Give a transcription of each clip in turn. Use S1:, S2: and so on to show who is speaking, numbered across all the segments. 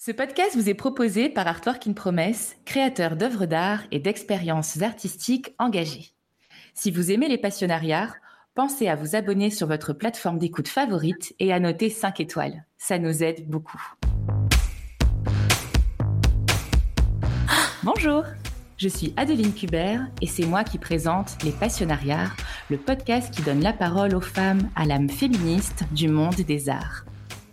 S1: Ce podcast vous est proposé par Artwork in Promesse, créateur d'œuvres d'art et d'expériences artistiques engagées. Si vous aimez les passionnariats, pensez à vous abonner sur votre plateforme d'écoute favorite et à noter 5 étoiles. Ça nous aide beaucoup. Bonjour, je suis Adeline Kubert et c'est moi qui présente Les Passionnariats, le podcast qui donne la parole aux femmes à l'âme féministe du monde des arts.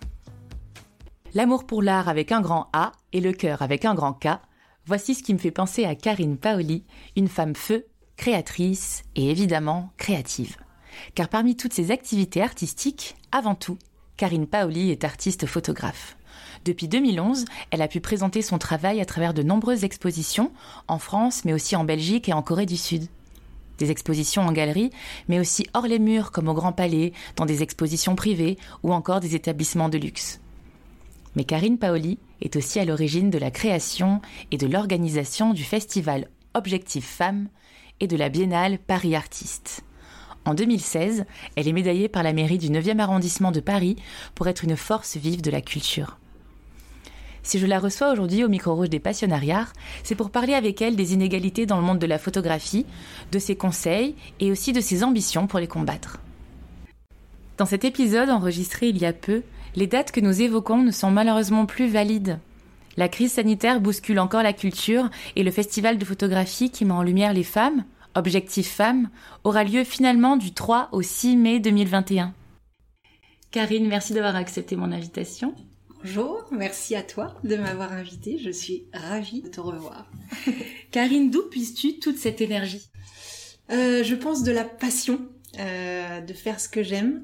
S1: L'amour pour l'art avec un grand A et le cœur avec un grand K, voici ce qui me fait penser à Karine Paoli, une femme feu, créatrice et évidemment créative. Car parmi toutes ses activités artistiques, avant tout, Karine Paoli est artiste photographe. Depuis 2011, elle a pu présenter son travail à travers de nombreuses expositions, en France mais aussi en Belgique et en Corée du Sud. Des expositions en galerie, mais aussi hors les murs comme au Grand Palais, dans des expositions privées ou encore des établissements de luxe. Mais Karine Paoli est aussi à l'origine de la création et de l'organisation du festival Objectif Femmes et de la Biennale Paris Artistes. En 2016, elle est médaillée par la mairie du 9e arrondissement de Paris pour être une force vive de la culture. Si je la reçois aujourd'hui au micro rouge des Passionnariats, c'est pour parler avec elle des inégalités dans le monde de la photographie, de ses conseils et aussi de ses ambitions pour les combattre. Dans cet épisode enregistré il y a peu, les dates que nous évoquons ne sont malheureusement plus valides. La crise sanitaire bouscule encore la culture et le festival de photographie qui met en lumière les femmes, Objectif Femmes, aura lieu finalement du 3 au 6 mai 2021. Karine, merci d'avoir accepté mon invitation.
S2: Bonjour, merci à toi de m'avoir invitée, je suis ravie de te revoir.
S1: Karine, d'où puisses-tu toute cette énergie ?
S2: Je pense de la passion. De faire ce que j'aime,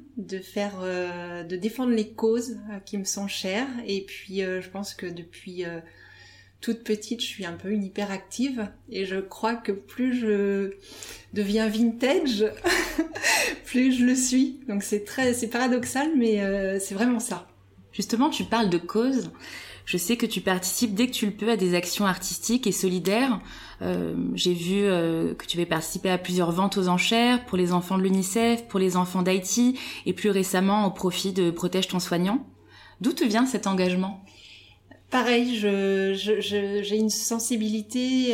S2: de défendre les causes qui me sont chères. Et puis je pense que depuis toute petite, je suis un peu une hyperactive. Et je crois que plus je deviens vintage, plus je le suis. Donc c'est paradoxal, mais c'est vraiment ça.
S1: Justement, tu parles de causes. Je sais que tu participes dès que tu le peux à des actions artistiques et solidaires. J'ai vu que tu avais participé à plusieurs ventes aux enchères pour les enfants de l'UNICEF, pour les enfants d'Haïti et plus récemment au profit de Protège ton soignant. D'où te vient cet engagement ?
S2: Pareil, j'ai une sensibilité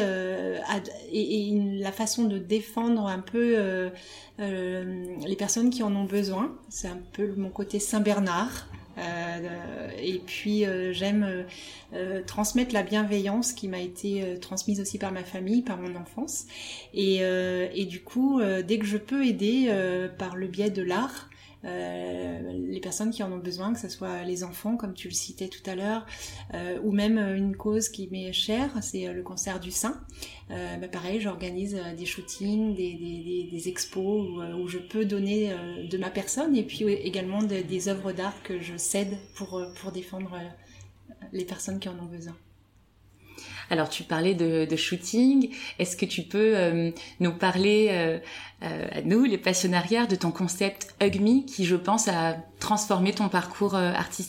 S2: la façon de défendre un peu les personnes qui en ont besoin. C'est un peu mon côté Saint-Bernard. Et puis j'aime transmettre la bienveillance qui m'a été transmise aussi par ma famille, par mon enfance. Et du coup, dès que je peux aider par le biais de l'art, les personnes qui en ont besoin, que ce soit les enfants comme tu le citais tout à l'heure, ou même une cause qui m'est chère, c'est le cancer du sein. Pareil, j'organise des shootings, des expos où je peux donner de ma personne et puis également des œuvres d'art que je cède pour défendre les personnes qui en ont besoin.
S1: Alors, tu parlais de shooting. Est-ce que tu peux nous parler, à nous, les passionnariats, de ton concept Hug Me, qui, je pense, a transformé ton parcours artistique ?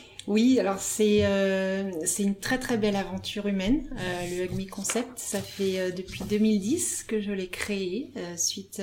S2: Oui, alors c'est une très très belle aventure humaine, le Hug Me concept. Ça fait depuis 2010 que je l'ai créé, suite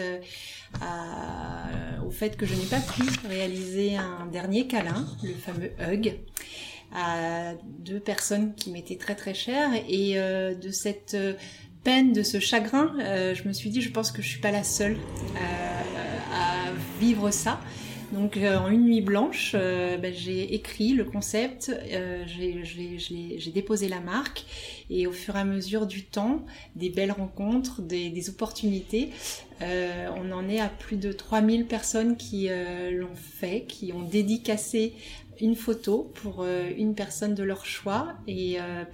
S2: au fait que je n'ai pas pu réaliser un dernier câlin, le fameux hug, à 2 personnes qui m'étaient très très chères, et de cette peine, de ce chagrin, je me suis dit, je pense que je suis pas la seule à vivre ça. Donc en une nuit blanche, j'ai écrit le concept, j'ai déposé la marque, et au fur et à mesure du temps, des belles rencontres, des opportunités, on en est à plus de 3000 personnes qui l'ont fait, qui ont dédicacé une photo pour une personne de leur choix, et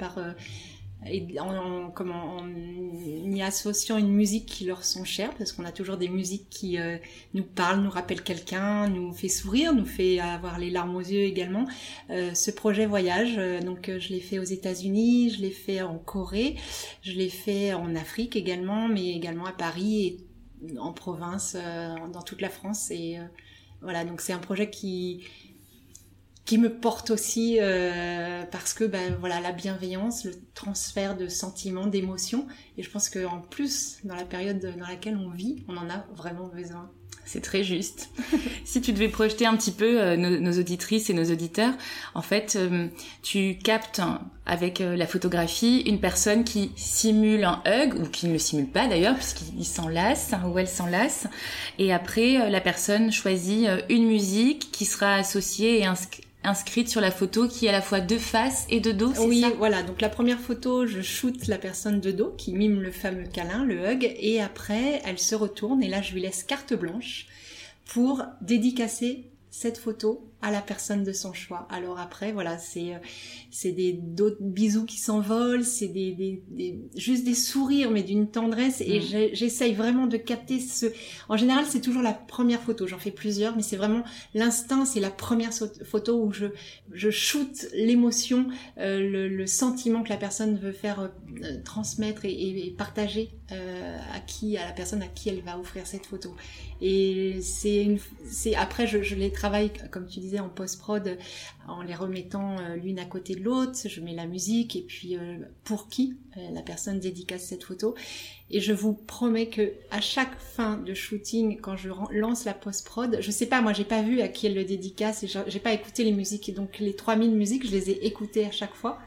S2: en y associant une musique qui leur sont chères, parce qu'on a toujours des musiques qui nous parlent, nous rappellent quelqu'un, nous fait sourire, nous fait avoir les larmes aux yeux également. Ce projet voyage, donc je l'ai fait aux États-Unis, je l'ai fait en Corée, je l'ai fait en Afrique également, mais également à Paris et en province, dans toute la France. Et voilà, donc c'est un projet qui me porte aussi parce que la bienveillance, le transfert de sentiments, d'émotions, et je pense qu'en plus dans la période dans laquelle on vit, on en a vraiment besoin.
S1: C'est très juste. Si tu devais projeter un petit peu nos auditrices et nos auditeurs, en fait, tu captes avec la photographie une personne qui simule un hug, ou qui ne le simule pas d'ailleurs, puisqu'il s'enlace ou elle s'enlace. Et après, la personne choisit une musique qui sera associée et inscrite sur la photo, qui est à la fois de face et de dos, c'est ça ?
S2: Oui, voilà. Donc la première photo, je shoote la personne de dos qui mime le fameux câlin, le hug, et après elle se retourne et là je lui laisse carte blanche pour dédicacer cette photo à la personne de son choix. Alors après, voilà, c'est d'autres bisous qui s'envolent, c'est juste des sourires, mais d'une tendresse, et j'essaye vraiment de capter En général, c'est toujours la première photo, j'en fais plusieurs, mais c'est vraiment l'instinct, c'est la première photo où je shoote l'émotion, le sentiment que la personne veut faire transmettre et partager à la personne à qui elle va offrir cette photo. Et après, je les travaille, comme tu disais, en post-prod, en les remettant l'une à côté de l'autre. Je mets la musique et puis pour qui la personne dédicace cette photo. Et je vous promets que à chaque fin de shooting, quand je lance la post-prod, je sais pas, moi j'ai pas vu à qui elle le dédicace et j'ai pas écouté les musiques. Et donc les 3000 musiques, je les ai écoutées à chaque fois.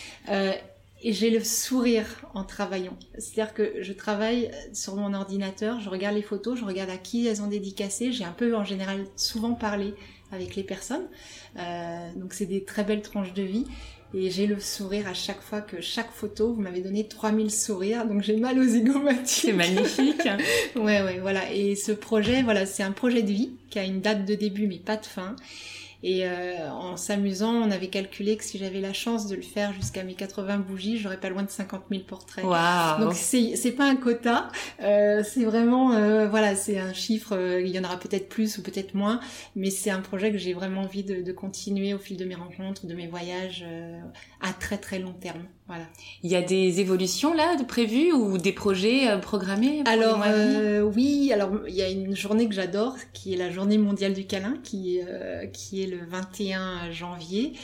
S2: Et j'ai le sourire en travaillant. C'est-à-dire que je travaille sur mon ordinateur, je regarde les photos, je regarde à qui elles ont dédicacé. J'ai un peu, en général, souvent parlé avec les personnes. Donc c'est des très belles tranches de vie. Et j'ai le sourire à chaque fois que chaque photo, vous m'avez donné 3000 sourires, donc j'ai mal aux zygomatiques.
S1: C'est magnifique.
S2: Ouais, voilà. Et ce projet, voilà, c'est un projet de vie qui a une date de début mais pas de fin. Et en s'amusant, on avait calculé que si j'avais la chance de le faire jusqu'à mes 80 bougies, j'aurais pas loin de 50 000 portraits.
S1: Wow.
S2: Donc c'est pas un quota, c'est vraiment voilà, c'est un chiffre. Il y en aura peut-être plus ou peut-être moins, mais c'est un projet que j'ai vraiment envie de continuer au fil de mes rencontres, de mes voyages à très très long terme. Voilà.
S1: Il y a des évolutions là de prévues ou des projets programmés pour
S2: alors
S1: les mois à venir ?
S2: Oui, alors il y a une journée que j'adore qui est la journée mondiale du câlin qui est le 21 janvier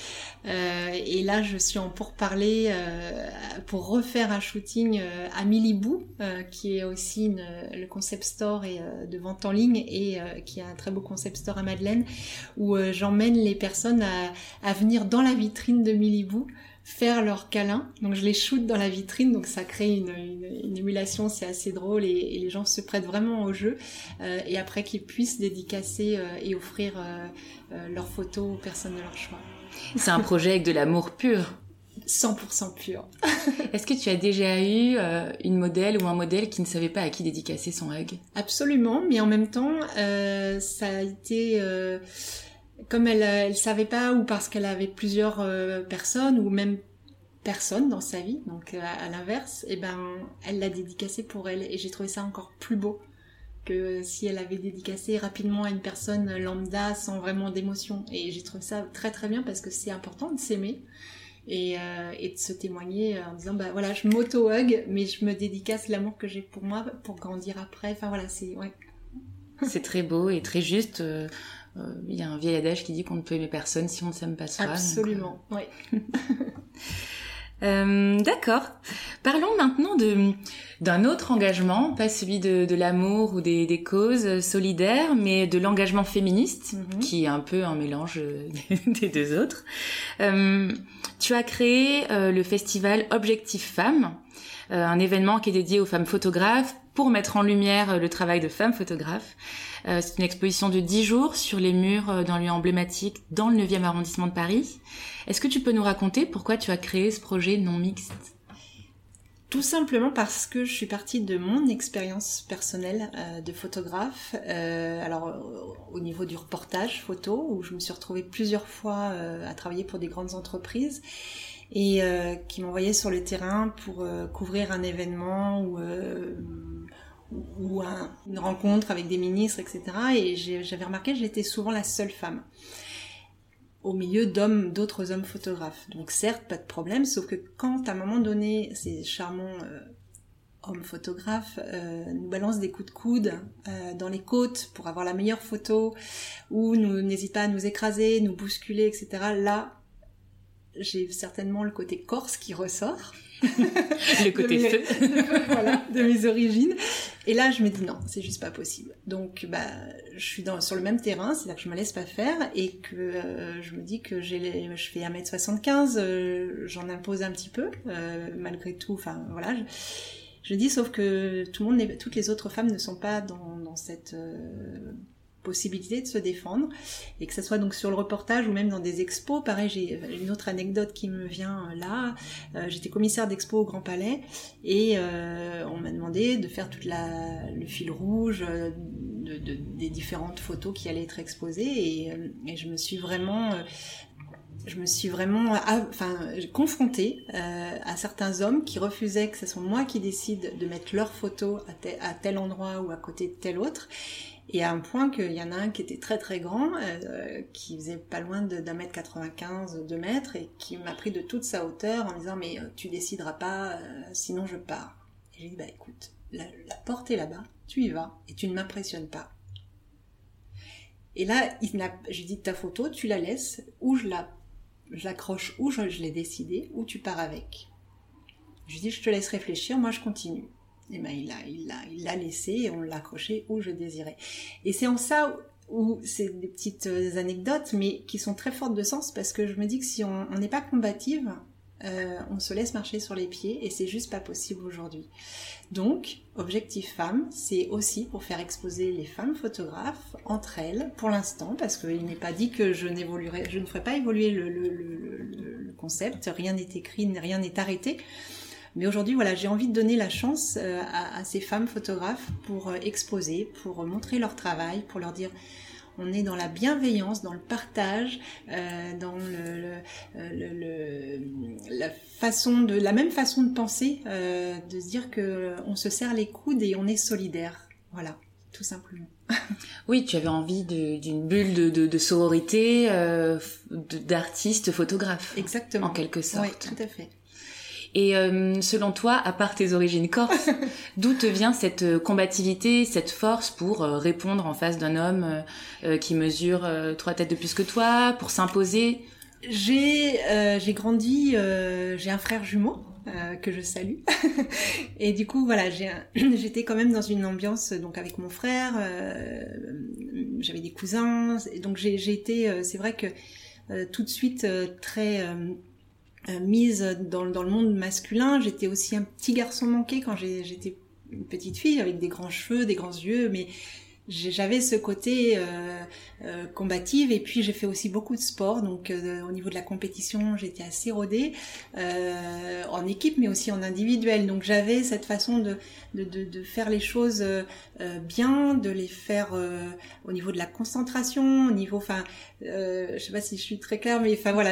S2: et là je suis en pourparlers pour refaire un shooting à Milibou qui est aussi le concept store et de vente en ligne et qui a un très beau concept store à Madeleine où j'emmène les personnes à venir dans la vitrine de Milibou faire leur câlin, donc je les shoote dans la vitrine, donc ça crée une émulation, c'est assez drôle et les gens se prêtent vraiment au jeu et après qu'ils puissent dédicacer et offrir leurs photos aux personnes de leur choix.
S1: C'est un projet avec de l'amour pur.
S2: 100% pur.
S1: Est-ce que tu as déjà eu une modèle ou un modèle qui ne savait pas à qui dédicacer son hug ?
S2: Absolument, mais en même temps, ça a été... comme elle savait pas ou parce qu'elle avait plusieurs personnes ou même personne dans sa vie, donc à l'inverse, et ben elle l'a dédicacé pour elle et j'ai trouvé ça encore plus beau que si elle avait dédicacé rapidement à une personne lambda sans vraiment d'émotion. Et j'ai trouvé ça très très bien parce que c'est important de s'aimer et de se témoigner en disant bah voilà, je m'auto-hug mais je me dédicace l'amour que j'ai pour moi pour grandir après. Enfin voilà, c'est ouais.
S1: C'est très beau et très juste. Il y a un vieil adage qui dit qu'on ne peut aimer personne si on ne s'aime pas soi.
S2: Absolument, oui.
S1: D'accord. Parlons maintenant d'un autre engagement, pas celui de l'amour ou des causes solidaires, mais de l'engagement féministe, qui est un peu un mélange des deux autres. Tu as créé le festival Objectif Femmes, un événement qui est dédié aux femmes photographes pour mettre en lumière le travail de femmes photographes. C'est une exposition de 10 jours sur les murs d'un lieu emblématique dans le 9e arrondissement de Paris. Est-ce que tu peux nous raconter pourquoi tu as créé ce projet non mixte ?
S2: Tout simplement parce que je suis partie de mon expérience personnelle de photographe. Alors au niveau du reportage photo, où je me suis retrouvée plusieurs fois à travailler pour des grandes entreprises et qui m'envoyaient sur le terrain pour couvrir un événement ou une rencontre avec des ministres, etc. Et j'avais remarqué que j'étais souvent la seule femme au milieu d'autres hommes photographes. Donc certes, pas de problème, sauf que quand à un moment donné, ces charmants hommes photographes nous balancent des coups de coude dans les côtes pour avoir la meilleure photo, ou n'hésitent pas à nous écraser, nous bousculer, etc. Là, j'ai certainement le côté corse qui ressort.
S1: Le côté feu.
S2: Voilà, de mes origines. Et là, je me dis non, c'est juste pas possible. Donc, je suis sur le même terrain, c'est-à-dire que je me laisse pas faire et que je me dis que je fais 1m75, j'en impose un petit peu, malgré tout. Enfin, voilà. Je dis, sauf que toutes les autres femmes ne sont pas dans cette possibilité de se défendre, et que ça soit donc sur le reportage ou même dans des expos. Pareil, j'ai une autre anecdote qui me vient là. J'étais commissaire d'expo au Grand Palais et on m'a demandé de faire le fil rouge des différentes photos qui allaient être exposées, et je me suis vraiment confrontée à certains hommes qui refusaient que ce soit moi qui décide de mettre leurs photos à tel endroit ou à côté de tel autre. Et à un point qu'il y en a un qui était très très grand, qui faisait pas loin d'1m95, 2 mètres, et qui m'a pris de toute sa hauteur en me disant « mais tu décideras pas, sinon je pars ». Et j'ai dit « écoute, la porte est là-bas, tu y vas, et tu ne m'impressionnes pas ». Et là, j'ai dit « ta photo, tu la laisses, ou je l'accroche, ou je l'ai décidé, ou tu pars avec ». Je lui ai dit « je te laisse réfléchir, moi je continue ». Et il l'a laissé et on l'a accroché où je désirais. Et c'est en ça où c'est des petites anecdotes, mais qui sont très fortes de sens, parce que je me dis que si on n'est pas combative, on se laisse marcher sur les pieds, et c'est juste pas possible aujourd'hui. Donc, Objectif Femmes, c'est aussi pour faire exposer les femmes photographes entre elles, pour l'instant, parce qu'il n'est pas dit que je ne ferai pas évoluer le concept, rien n'est écrit, rien n'est arrêté. Mais aujourd'hui, voilà, j'ai envie de donner la chance à ces femmes photographes pour exposer, pour montrer leur travail, pour leur dire on est dans la bienveillance, dans le partage, dans la même façon de penser, de se dire que on se serre les coudes et on est solidaires. Voilà, tout simplement.
S1: Oui, tu avais envie d'une bulle de sororité, d'artistes photographes.
S2: Exactement.
S1: En quelque sorte.
S2: Oui, tout à fait.
S1: Et selon toi, à part tes origines corses, d'où te vient cette combativité, cette force pour répondre en face d'un homme qui mesure 3 têtes de plus que toi, pour s'imposer?
S2: J'ai grandi, j'ai un frère jumeau que je salue. Et du coup, voilà, j'étais quand même dans une ambiance donc avec mon frère, j'avais des cousins, donc j'ai été, c'est vrai que tout de suite très mise dans le monde masculin. J'étais aussi un petit garçon manqué quand j'étais une petite fille avec des grands cheveux, des grands yeux, mais j'avais ce côté combative, et puis j'ai fait aussi beaucoup de sport, donc au niveau de la compétition j'étais assez rodée, en équipe mais aussi en individuel, donc j'avais cette façon de faire les choses bien, de les faire au niveau de la concentration, au niveau, enfin je sais pas si je suis très claire, mais enfin voilà,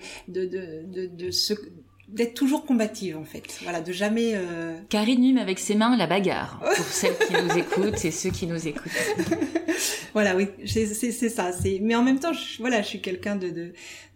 S2: d'être toujours combative en fait, voilà, de jamais
S1: Karine mime avec ses mains la bagarre pour celles qui nous écoutent et ceux qui nous écoutent.
S2: Voilà, oui, c'est ça, mais en même temps je suis quelqu'un de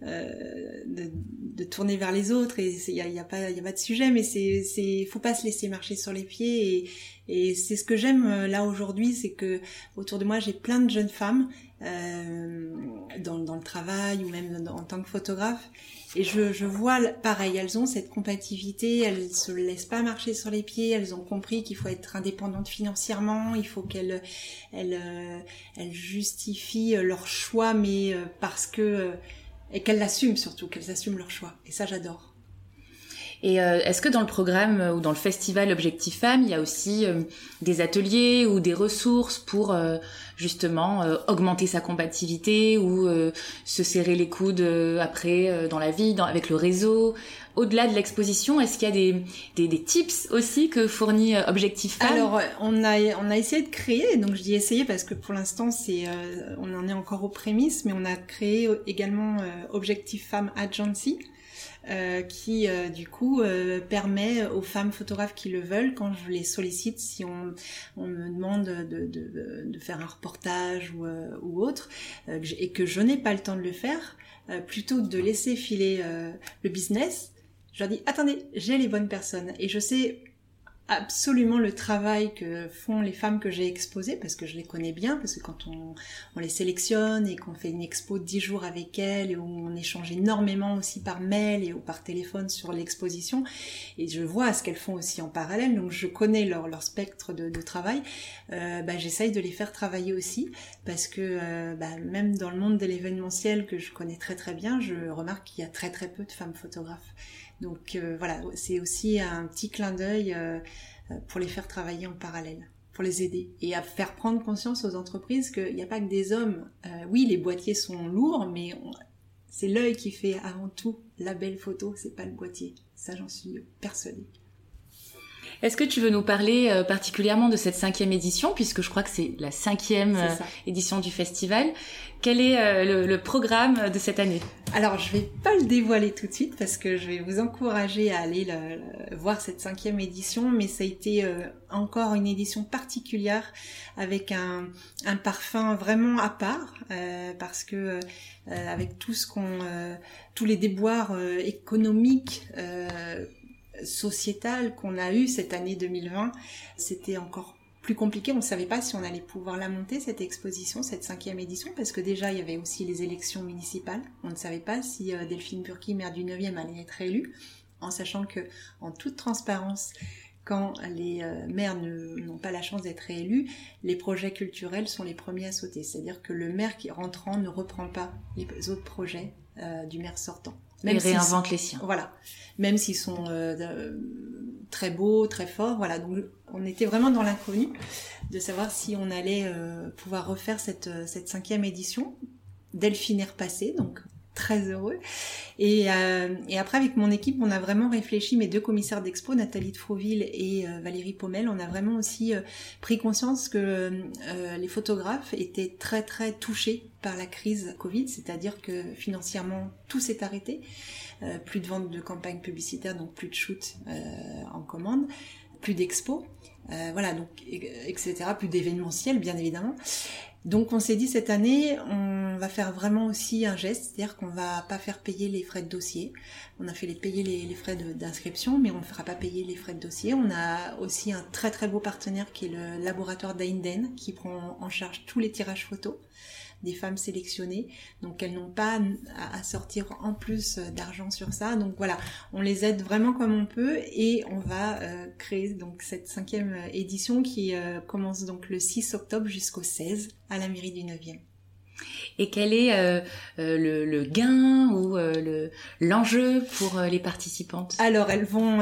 S2: tourner vers les autres, et il y a pas de sujet, mais faut pas se laisser marcher sur les pieds, et c'est ce que j'aime là aujourd'hui, c'est que autour de moi j'ai plein de jeunes femmes dans le travail ou même en tant que photographe. Et je vois, pareil, elles ont cette combativité, elles se laissent pas marcher sur les pieds, elles ont compris qu'il faut être indépendantes financièrement, il faut qu'elles justifient leur choix, mais parce que... et qu'elles l'assument surtout, qu'elles assument leur choix. Et ça, j'adore.
S1: Et est-ce que dans le programme ou dans le festival Objectif Femmes, il y a aussi des ateliers ou des ressources pour justement augmenter sa combativité ou se serrer les coudes après dans la vie, avec le réseau? Au-delà de l'exposition, est-ce qu'il y a des tips aussi que fournit Objectif Femmes?
S2: Alors, on a essayé de créer, donc je dis essayer parce que pour l'instant, on en est encore aux prémices, mais on a créé également Objectif Femmes Agency, qui du coup permet aux femmes photographes qui le veulent, quand je les sollicite, si on me demande de faire un reportage ou autre, et que je n'ai pas le temps de le faire, plutôt que de laisser filer le business, je leur dis attendez, j'ai les bonnes personnes, et je sais absolument le travail que font les femmes que j'ai exposées, parce que je les connais bien, parce que quand on les sélectionne et qu'on fait une expo de 10 jours avec elles, et où on échange énormément aussi par mail et ou par téléphone sur l'exposition, et je vois ce qu'elles font aussi en parallèle, donc je connais leur spectre de travail, j'essaye de les faire travailler aussi, parce que même dans le monde de l'événementiel que je connais très très bien, je remarque qu'il y a très très peu de femmes photographes. Donc voilà, c'est aussi un petit clin d'œil pour les faire travailler en parallèle, pour les aider et à faire prendre conscience aux entreprises qu'il n'y a pas que des hommes. Oui, les boîtiers sont lourds, mais c'est l'œil qui fait avant tout la belle photo, c'est pas le boîtier. Ça, j'en suis persuadée.
S1: Est-ce que tu veux nous parler particulièrement de cette 5e édition, puisque je crois que c'est la 5e édition du festival. Quel est le programme de cette année ?
S2: Alors, je vais pas le dévoiler tout de suite parce que je vais vous encourager à aller voir cette 5e édition, mais ça a été encore une édition particulière avec un parfum vraiment à part, parce que avec tout tous les déboires économiques, sociétale qu'on a eue cette année 2020, c'était encore plus compliqué. On ne savait pas si on allait pouvoir la monter, cette exposition, cette 5e édition, parce que déjà il y avait aussi les élections municipales. On ne savait pas si Delphine Burki, maire du 9e, allait être élue, en sachant que, en toute transparence, quand les maires n'ont pas la chance d'être réélus, les projets culturels sont les premiers à sauter. C'est-à-dire que le maire qui rentrant ne reprend pas les autres projets du maire sortant.
S1: Même réinvente les siens.
S2: Voilà. Même s'ils sont très beaux, très forts. Voilà. Donc, on était vraiment dans l'inconnu de savoir si on allait pouvoir refaire cette 5e édition. Delphine est repassée, donc très heureux. Et après, avec mon équipe, on a vraiment réfléchi, mes 2 commissaires d'expo, Nathalie de Frouville et Valérie Paumel, on a vraiment aussi pris conscience que les photographes étaient très très touchés par la crise Covid, c'est-à-dire que financièrement, tout s'est arrêté. Plus de vente de campagnes publicitaires, donc plus de shoots en commande, plus d'expos, voilà, donc etc., plus d'événementiel, bien évidemment. Donc on s'est dit cette année, on va faire vraiment aussi un geste, c'est-à-dire qu'on va pas faire payer les frais de dossier. On a fait payer les frais d'inscription, mais on ne fera pas payer les frais de dossier. On a aussi un très très beau partenaire qui est le laboratoire d'Ainden, qui prend en charge tous les tirages photos des femmes sélectionnées, donc elles n'ont pas à sortir en plus d'argent sur ça. Donc voilà, on les aide vraiment comme on peut et on va créer donc cette 5e édition qui commence donc le 6 octobre jusqu'au 16 à la mairie du 9e.
S1: Et quel est le gain ou l'enjeu pour les participantes ?
S2: Alors elles vont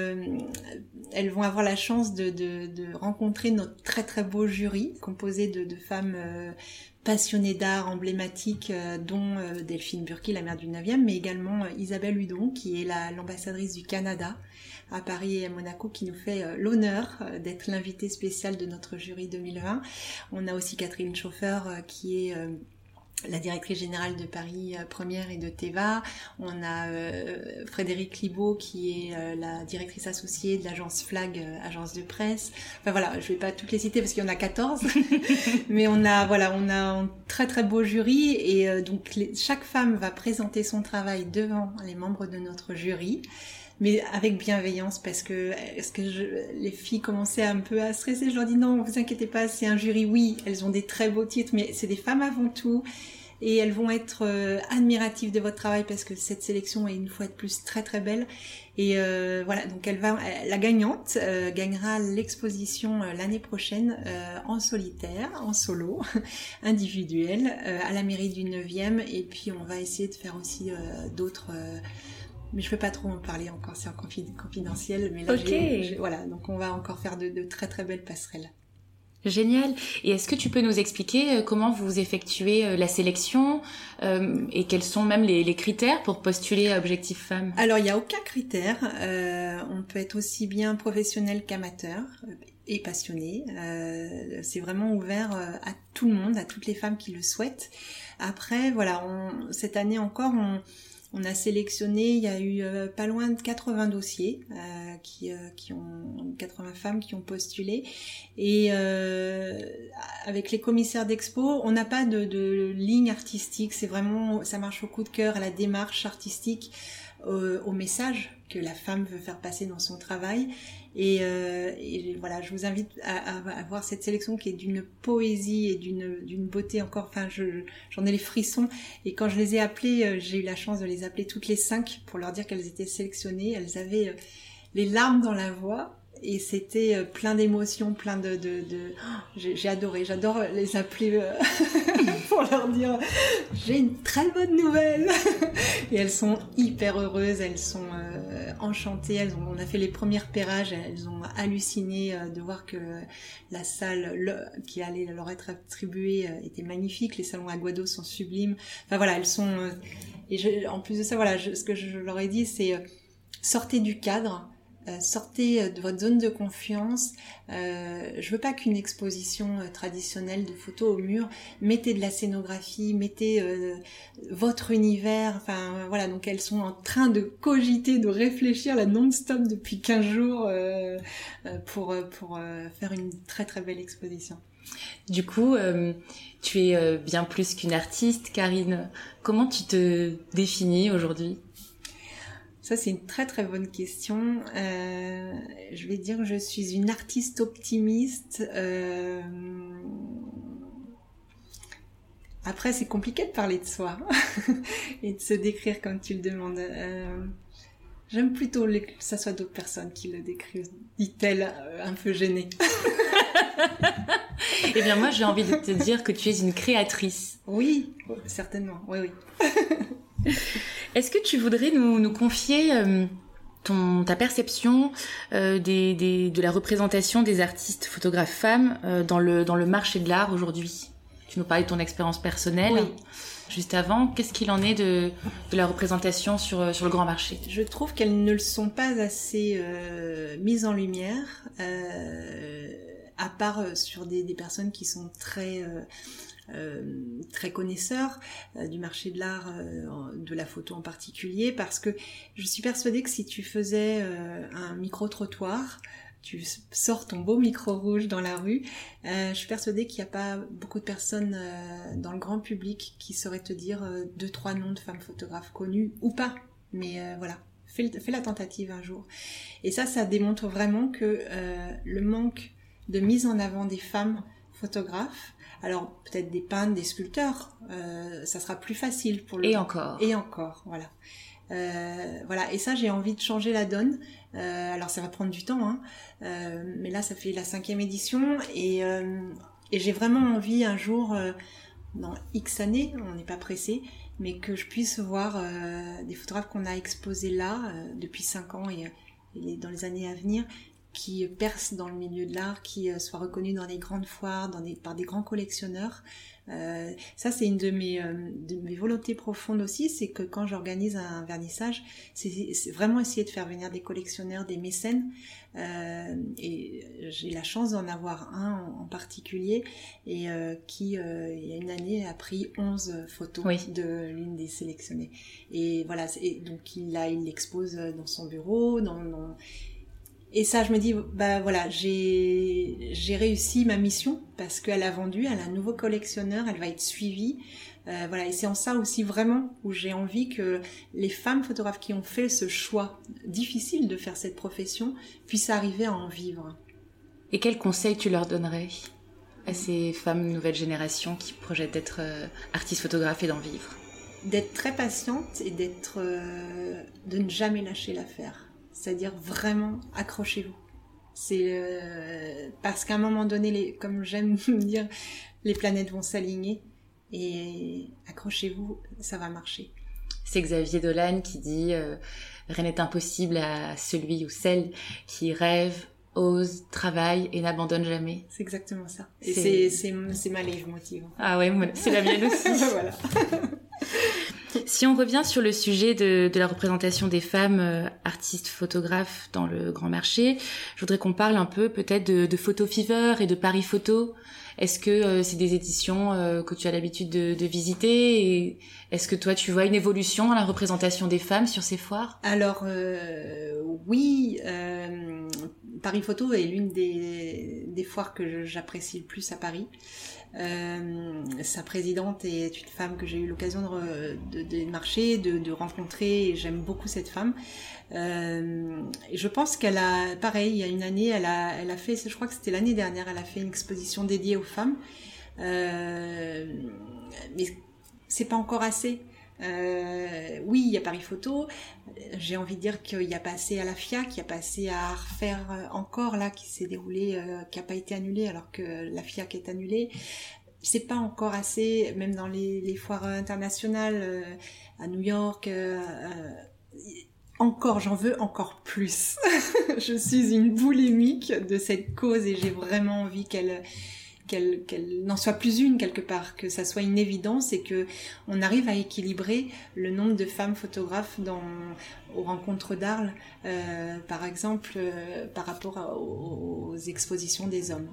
S2: avoir la chance de rencontrer notre très très beau jury composé de femmes passionnées d'art emblématiques, dont Delphine Burki, la maire du 9e, mais également Isabelle Hudon, qui est l'ambassadrice du Canada à Paris et à Monaco, qui nous fait l'honneur d'être l'invitée spéciale de notre jury 2020. On a aussi Catherine Schoffer, qui est la directrice générale de Paris Première et de Teva. On a Frédéric Libaud qui est la directrice associée de l'agence Flag, agence de presse. Enfin voilà, je vais pas toutes les citer parce qu'il y en a 14. Mais on a un très très beau jury et donc chaque femme va présenter son travail devant les membres de notre jury. Mais avec bienveillance, parce que les filles commençaient un peu à stresser. Je leur dis non, vous inquiétez pas, c'est un jury. Oui, elles ont des très beaux titres, mais c'est des femmes avant tout. Et elles vont être admiratives de votre travail parce que cette sélection est une fois de plus très très belle. Et voilà, donc la gagnante gagnera l'exposition l'année prochaine en solitaire, en solo, individuel, à la mairie du 9e. Et puis on va essayer de faire aussi d'autres... mais je peux pas trop en parler encore, c'est confidentiel. Mais là, voilà, donc on va encore faire de très très belles passerelles.
S1: Génial. Et est-ce que tu peux nous expliquer comment vous effectuez la sélection et quels sont même les critères pour postuler à Objectif Femmes ?
S2: Alors, il n'y a aucun critère. On peut être aussi bien professionnel qu'amateur et passionné. C'est vraiment ouvert à tout le monde, à toutes les femmes qui le souhaitent. Après, voilà, cette année encore, on a sélectionné, il y a eu pas loin de 80 dossiers, 80 femmes qui ont postulé. Et avec les commissaires d'expo, on n'a pas de ligne artistique, c'est vraiment, ça marche au coup de cœur, à la démarche artistique. au message que la femme veut faire passer dans son travail. Et voilà, je vous invite à voir cette sélection qui est d'une poésie et d'une beauté encore. Enfin, j'en ai les frissons. Et quand je les ai appelées, j'ai eu la chance de les appeler toutes les 5 pour leur dire qu'elles étaient sélectionnées. Elles avaient les larmes dans la voix. Et c'était plein d'émotions, plein de... J'ai adoré, j'adore les appeler pour leur dire « J'ai une très bonne nouvelle !» Et elles sont hyper heureuses, elles sont enchantées, on a fait les premiers repérages, elles ont halluciné de voir que la salle qui allait leur être attribuée était magnifique, les salons Aguado sont sublimes. Enfin voilà, elles sont... en plus de ça, voilà, ce que je leur ai dit, c'est sortez du cadre, sortez de votre zone de confiance. Je veux pas qu'une exposition traditionnelle de photos au mur. Mettez de la scénographie, mettez votre univers. Enfin voilà, donc elles sont en train de cogiter, de réfléchir là non-stop depuis 15 jours pour faire une très très belle exposition.
S1: Du coup, tu es bien plus qu'une artiste, Karine. Comment tu te définis aujourd'hui ?
S2: Ça, c'est une très très bonne question. Je vais dire que je suis une artiste optimiste. Après, c'est compliqué de parler de soi et de se décrire comme tu le demandes. J'aime plutôt que ça soit d'autres personnes qui le décrivent, dit-elle, un peu gênée.
S1: Eh bien, moi, j'ai envie de te dire que tu es une créatrice.
S2: Oui, certainement. Oui, oui.
S1: Est-ce que tu voudrais nous confier ta perception de la représentation des artistes photographes femmes dans le marché de l'art aujourd'hui ? Tu nous parlais de ton expérience personnelle.
S2: Oui.
S1: Juste avant, qu'est-ce qu'il en est de la représentation sur le grand marché ?
S2: Je trouve qu'elles ne le sont pas assez mises en lumière, à part sur des personnes qui sont très connaisseurs du marché de l'art, de la photo en particulier, parce que je suis persuadée que si tu faisais un micro-trottoir, tu sors ton beau micro rouge dans la rue, je suis persuadée qu'il n'y a pas beaucoup de personnes dans le grand public qui sauraient te dire 2-3 noms de femmes photographes connues ou pas, mais voilà. Fais la tentative un jour. Et ça démontre vraiment que le manque de mise en avant des femmes photographes, alors peut-être des peintres, des sculpteurs, ça sera plus facile pour le...
S1: Et encore,
S2: voilà. Voilà, et ça j'ai envie de changer la donne. Alors ça va prendre du temps, hein, mais là ça fait la 5e édition et j'ai vraiment envie un jour, dans X années, on n'est pas pressé, mais que je puisse voir des photographes qu'on a exposés là depuis 5 ans et dans les années à venir, qui percent dans le milieu de l'art, qui soient reconnus dans des grandes foires, par des grands collectionneurs. Ça, c'est une de mes volontés profondes aussi, c'est que quand j'organise un vernissage, c'est vraiment essayer de faire venir des collectionneurs, des mécènes, et j'ai la chance d'en avoir un en particulier, et qui, il y a une année, a pris 11 photos de l'une des sélectionnées. Et voilà, donc il l'expose dans son bureau, et ça, je me dis, bah voilà, j'ai réussi ma mission parce qu'elle a vendu, elle a un nouveau collectionneur, elle va être suivie. Voilà, et c'est en ça aussi vraiment où j'ai envie que les femmes photographes qui ont fait ce choix difficile de faire cette profession puissent arriver à en vivre.
S1: Et quels conseils tu leur donnerais à ces femmes nouvelle génération qui projettent d'être artistes photographes et d'en vivre ?
S2: D'être très patiente et de ne jamais lâcher l'affaire. C'est-à-dire vraiment accrochez-vous. C'est parce qu'à un moment donné, comme j'aime dire, les planètes vont s'aligner et accrochez-vous, ça va marcher.
S1: C'est Xavier Dolan qui dit rien n'est impossible à celui ou celle qui rêve, ose, travaille et n'abandonne jamais.
S2: C'est exactement ça. Et c'est ma leitmotiv.
S1: Ah ouais, c'est la mienne aussi.
S2: Voilà.
S1: Si on revient sur le sujet de la représentation des femmes artistes photographes dans le grand marché, je voudrais qu'on parle un peu peut-être de Photo Fever et de Paris Photo. Est-ce que c'est des éditions que tu as l'habitude de visiter et est-ce que toi tu vois une évolution dans la représentation des femmes sur ces foires?
S2: Alors oui, Paris Photo est l'une des foires que j'apprécie le plus à Paris. Sa présidente est une femme que j'ai eu l'occasion de marcher, de rencontrer, et j'aime beaucoup cette femme. Et je pense qu'elle a, pareil, il y a une année, elle a fait, je crois que c'était l'année dernière, elle a fait une exposition dédiée aux femmes. Mais c'est pas encore assez. Oui, il y a Paris Photo. J'ai envie de dire qu'il n'y a pas assez à la FIAC, qu'il n'y a pas assez à refaire encore là, qui s'est déroulé, qui n'a pas été annulé alors que la FIAC est annulée. C'est pas encore assez, même dans les foires internationales à New York. Encore, j'en veux encore plus. Je suis une boulimique de cette cause et j'ai vraiment envie qu'elle n'en soit plus une quelque part, que ça soit une évidence et que on arrive à équilibrer le nombre de femmes photographes aux rencontres d'Arles, par exemple, par rapport aux expositions des hommes.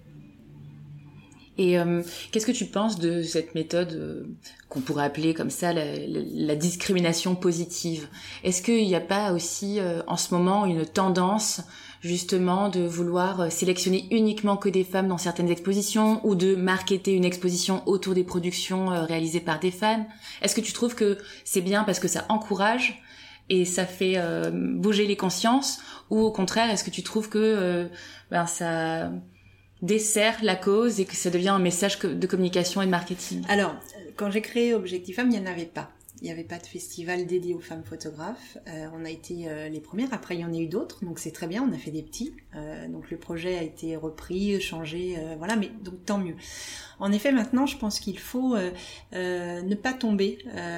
S1: Et qu'est-ce que tu penses de cette méthode qu'on pourrait appeler comme ça la discrimination positive? Est-ce qu'il n'y a pas aussi en ce moment une tendance justement de vouloir sélectionner uniquement que des femmes dans certaines expositions ou de marketer une exposition autour des productions réalisées par des femmes? Est-ce que tu trouves que c'est bien parce que ça encourage et ça fait bouger les consciences, ou au contraire, est-ce que tu trouves que ça dessert la cause et que ça devient un message de communication et de marketing?
S2: Alors, quand j'ai créé Objectif Femmes, il n'y en avait pas. Il n'y avait pas de festival dédié aux femmes photographes. On a été les premières. Après, il y en a eu d'autres, donc c'est très bien. On a fait des petits. Donc le projet a été repris, changé, voilà. Mais donc tant mieux. En effet, maintenant, je pense qu'il faut ne pas tomber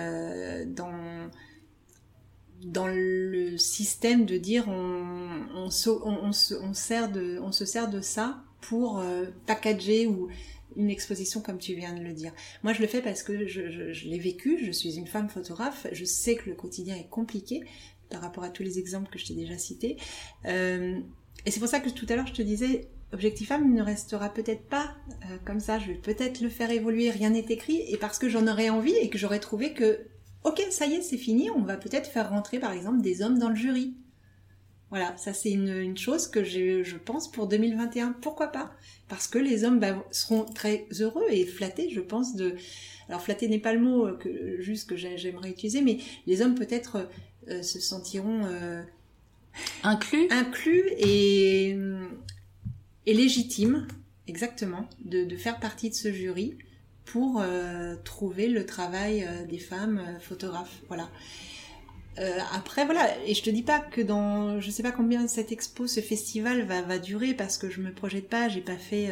S2: dans le système de dire on se sert de ça pour packager ou une exposition comme tu viens de le dire. Moi, je le fais parce que je l'ai vécu, je suis une femme photographe, je sais que le quotidien est compliqué par rapport à tous les exemples que je t'ai déjà cités. Et c'est pour ça que tout à l'heure, je te disais, Objectif Femme ne restera peut-être pas comme ça, je vais peut-être le faire évoluer, rien n'est écrit, et parce que j'en aurais envie et que j'aurais trouvé que, ok, ça y est, c'est fini, on va peut-être faire rentrer par exemple des hommes dans le jury. Voilà, ça c'est une chose que je pense pour 2021. Pourquoi pas? Parce que les hommes seront très heureux et flattés, je pense, Alors flatter n'est pas le mot que j'aimerais utiliser, mais les hommes peut-être se sentiront inclus et légitimes, exactement, de faire partie de ce jury pour trouver le travail des femmes photographes. Voilà. Après voilà, et je te dis pas que je sais pas combien cette expo, ce festival va durer, parce que je me projette pas, j'ai pas fait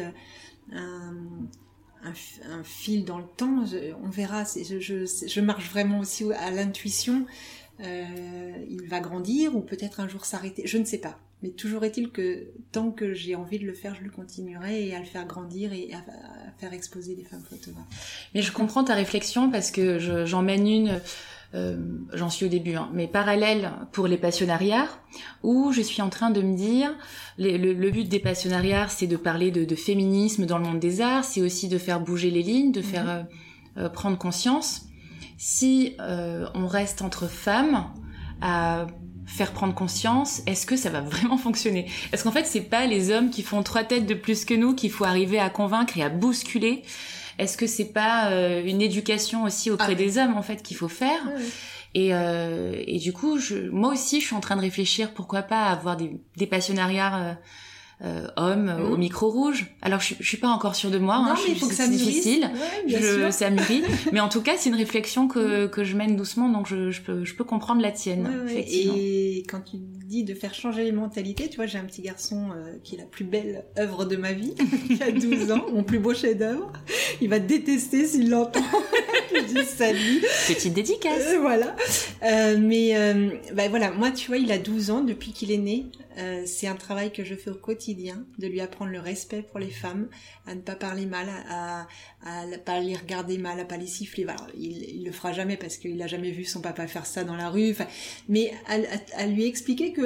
S2: un fil dans le temps, on verra, je marche vraiment aussi à l'intuition, il va grandir ou peut-être un jour s'arrêter, je ne sais pas, mais toujours est-il que tant que j'ai envie de le faire, je le continuerai, et à le faire grandir et à faire exposer des femmes photographes.
S1: Mais je comprends ta réflexion, parce que j'en mène une j'en suis au début, mais parallèle pour les passionnariats, où je suis en train de me dire, le but des passionnariats, c'est de parler de féminisme dans le monde des arts, c'est aussi de faire bouger les lignes, de faire prendre conscience. Si on reste entre femmes à faire prendre conscience, est-ce que ça va vraiment fonctionner? Est-ce qu'en fait, c'est pas les hommes qui font 3 têtes de plus que nous qu'il faut arriver à convaincre et à bousculer? Est-ce que c'est pas une éducation aussi auprès des hommes en fait qu'il faut faire? Et du coup, moi aussi, je suis en train de réfléchir, pourquoi pas avoir des passionnariats hommes au micro rouge. Alors je suis pas encore sûre de moi,
S2: non, mais il faut que ça mûrisse.
S1: Difficile, ça mûrit, mais en tout cas c'est une réflexion que je mène doucement, donc je peux comprendre la tienne. Effectivement.
S2: Et quand tu dis de faire changer les mentalités, tu vois, j'ai un petit garçon qui est la plus belle œuvre de ma vie, qui a 12 ans, mon plus beau chef-d'œuvre. Il va détester s'il l'entend. Je dis salut.
S1: Petite dédicace.
S2: Voilà. Voilà, moi tu vois, il a 12 ans depuis qu'il est né. C'est un travail que je fais au quotidien, de lui apprendre le respect pour les femmes, à ne pas parler mal, à pas les regarder mal, à pas les siffler. Alors, il le fera jamais parce qu'il a jamais vu son papa faire ça dans la rue. Mais à lui expliquer que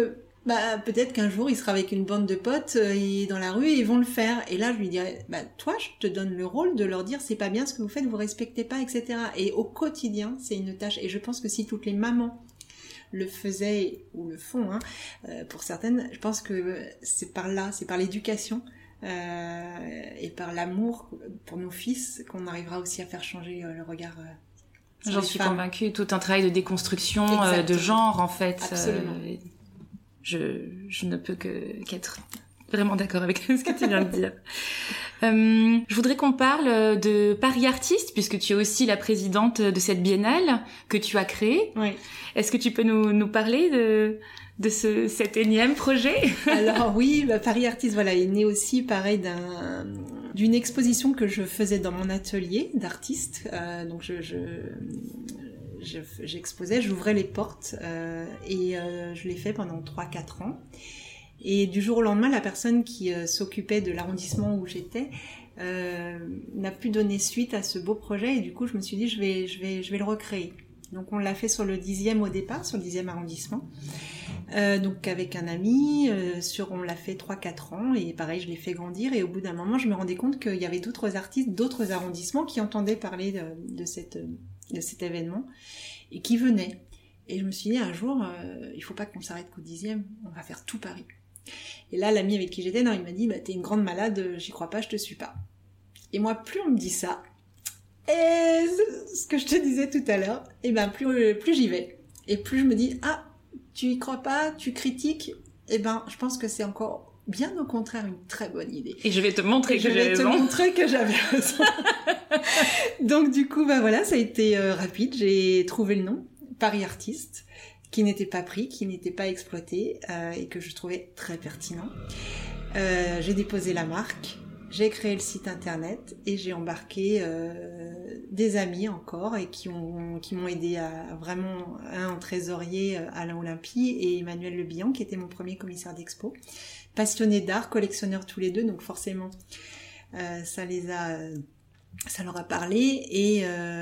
S2: peut-être qu'un jour il sera avec une bande de potes dans la rue et ils vont le faire. Et là je lui dirais, toi je te donne le rôle de leur dire c'est pas bien ce que vous faites, vous respectez pas, etc. Et au quotidien c'est une tâche. Et je pense que si toutes les mamans le faisaient ou le font, pour certaines, je pense que c'est par là, c'est par l'éducation et par l'amour pour nos fils qu'on arrivera aussi à faire changer le regard.
S1: J'en suis convaincue. Tout un travail de déconstruction de genre en fait.
S2: Absolument.
S1: Je ne peux qu'être vraiment d'accord avec ce que tu viens de dire. Je voudrais qu'on parle de Paris Artistes, puisque tu es aussi la présidente de cette biennale que tu as créée.
S2: Oui.
S1: Est-ce que tu peux nous parler de cet énième projet?
S2: Alors oui, Paris Artistes, voilà, est né aussi pareil d'une exposition que je faisais dans mon atelier d'artiste. Donc j'exposais, j'ouvrais les portes et je l'ai fait pendant 3-4 ans. Et du jour au lendemain, la personne qui s'occupait de l'arrondissement où j'étais n'a pu donner suite à ce beau projet et du coup je me suis dit je vais le recréer. Donc on l'a fait sur le 10e au départ, sur le 10e arrondissement. Donc avec un ami, on l'a fait 3-4 ans et pareil je l'ai fait grandir et au bout d'un moment je me rendais compte qu'il y avait d'autres artistes, d'autres arrondissements qui entendaient parler de cet événement et qui venaient. Et je me suis dit un jour, il faut pas qu'on s'arrête qu'au 10e, on va faire tout Paris. Et là l'ami avec qui j'étais, il m'a dit t'es une grande malade, j'y crois pas, je te suis pas. Et moi plus on me dit ça, et ce que je te disais tout à l'heure, et plus j'y vais. Et plus je me dis, tu y crois pas, tu critiques, je pense que c'est encore bien au contraire une très bonne idée.
S1: Et je vais te montrer que j'ai raison.
S2: Je vais te montrer que j'avais raison. Donc du coup, voilà, ça a été rapide, j'ai trouvé le nom, Paris Artistes, qui n'était pas pris, qui n'était pas exploité, et que je trouvais très pertinent. J'ai déposé la marque, j'ai créé le site internet et j'ai embarqué des amis encore et qui m'ont aidé à vraiment, un trésorier Alain Olympie et Emmanuel Le Bihan qui était mon premier commissaire d'expo. Passionnés d'art, collectionneurs tous les deux, donc forcément ça leur a parlé et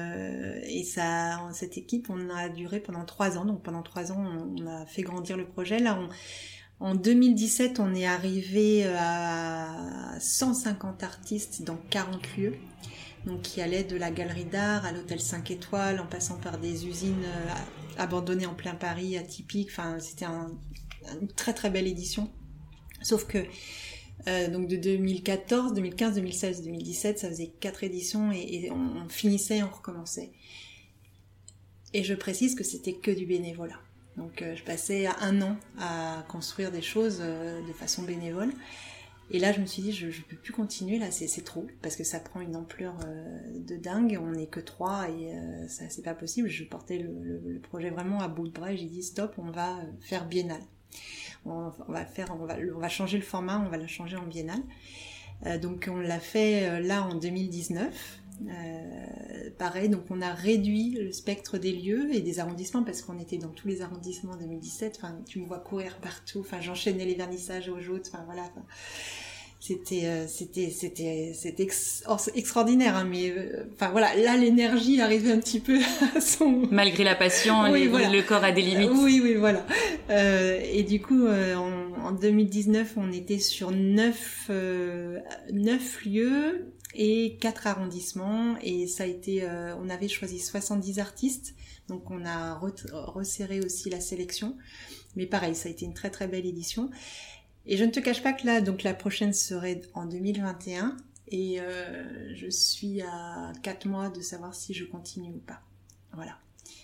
S2: cette équipe on a duré pendant 3 ans. Donc pendant 3 ans on a fait grandir le projet. Là en 2017, on est arrivé à 150 artistes dans 40 lieux, donc qui allaient de la galerie d'art à l'hôtel 5 étoiles, en passant par des usines abandonnées en plein Paris, atypiques. Enfin, c'était une très très belle édition. Sauf que donc de 2014, 2015, 2016, 2017, ça faisait 4 éditions et on finissait et on recommençait. Et je précise que c'était que du bénévolat. Donc je passais 1 an à construire des choses de façon bénévole. Et là je me suis dit je peux plus continuer, là c'est trop, parce que ça prend une ampleur de dingue, on n'est que 3 et ça c'est pas possible. Je portais le projet vraiment à bout de bras et j'ai dit stop, on va faire biennale. On va changer le format, on va la changer en biennale. Donc on l'a fait là en 2019. Pareil, donc on a réduit le spectre des lieux et des arrondissements parce qu'on était dans tous les arrondissements en 2017. Enfin, tu me vois courir partout. Enfin, j'enchaînais les vernissages aux joutes. Enfin voilà. C'était extraordinaire. Hein, mais enfin voilà, là l'énergie arrivait un petit peu à son.
S1: Malgré la passion, oui, voilà. Le corps a des limites.
S2: Oui, voilà. Et du coup, en 2019, on était sur 9 lieux. Et 4 arrondissements, et ça a été, on avait choisi 70 artistes, donc on a resserré aussi la sélection, mais pareil, ça a été une très très belle édition, et je ne te cache pas que là, donc la prochaine serait en 2021, et je suis à 4 mois de savoir si je continue ou pas, voilà.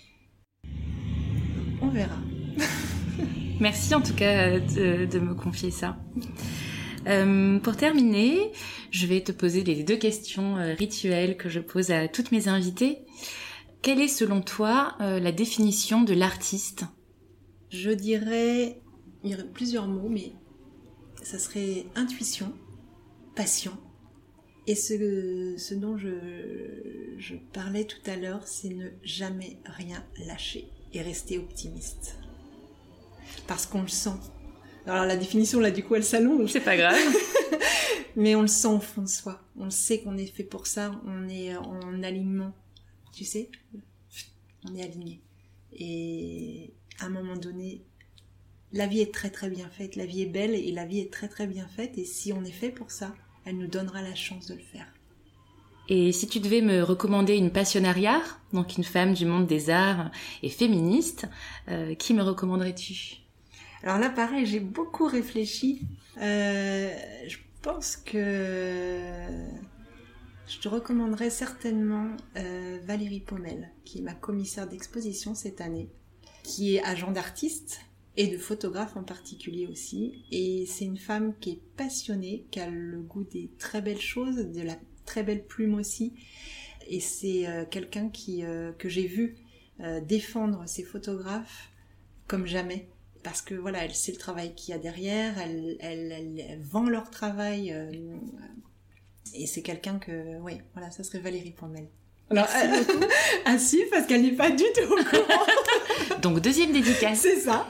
S2: On verra.
S1: Merci en tout cas de me confier ça. Pour terminer, je vais te poser les 2 questions rituelles que je pose à toutes mes invitées. Quelle est selon toi la définition de l'artiste ?
S2: Je dirais, il y aurait plusieurs mots, mais ça serait intuition, passion. Et ce dont je parlais tout à l'heure, c'est ne jamais rien lâcher et rester optimiste. Parce qu'on le sent. Alors la définition là du coup elle s'allonge.
S1: C'est pas grave.
S2: Mais on le sent au fond de soi. On sait qu'on est fait pour ça. On est en alignement. Tu sais, on est aligné. Et à un moment donné, la vie est très très bien faite, la vie est belle et la vie est très très bien faite, et si on est fait pour ça, elle nous donnera la chance de le faire.
S1: Et si tu devais me recommander une passionnariat, donc une femme du monde des arts et féministe, qui me recommanderais-tu ?
S2: Alors là, pareil, j'ai beaucoup réfléchi. Je pense que je te recommanderais certainement Valérie Paumel, qui est ma commissaire d'exposition cette année, qui est agent d'artiste et de photographe en particulier aussi. Et c'est une femme qui est passionnée, qui a le goût des très belles choses, de la très belle plume aussi. Et c'est quelqu'un que j'ai vu défendre ses photographes comme jamais. Parce que voilà, elle sait le travail qu'il y a derrière, elle vend leur travail. Et c'est quelqu'un que... Oui, voilà, ça serait Valérie Paumel. Alors, à suivre parce qu'elle n'est pas du tout au courant.
S1: Donc, deuxième dédicace.
S2: C'est ça.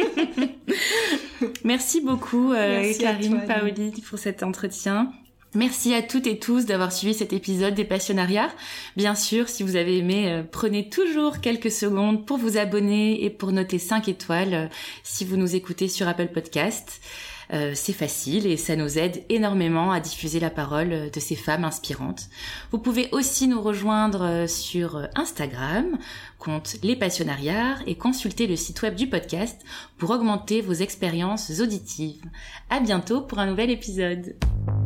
S1: Merci beaucoup,
S2: Merci
S1: Karine
S2: à toi,
S1: Paoli, pour cet entretien. Merci à toutes et tous d'avoir suivi cet épisode des Passionnariats. Bien sûr, si vous avez aimé, prenez toujours quelques secondes pour vous abonner et pour noter 5 étoiles si vous nous écoutez sur Apple Podcast. C'est facile et ça nous aide énormément à diffuser la parole de ces femmes inspirantes. Vous pouvez aussi nous rejoindre sur Instagram, compte Les Passionnariats, et consulter le site web du podcast pour augmenter vos expériences auditives. À bientôt pour un nouvel épisode.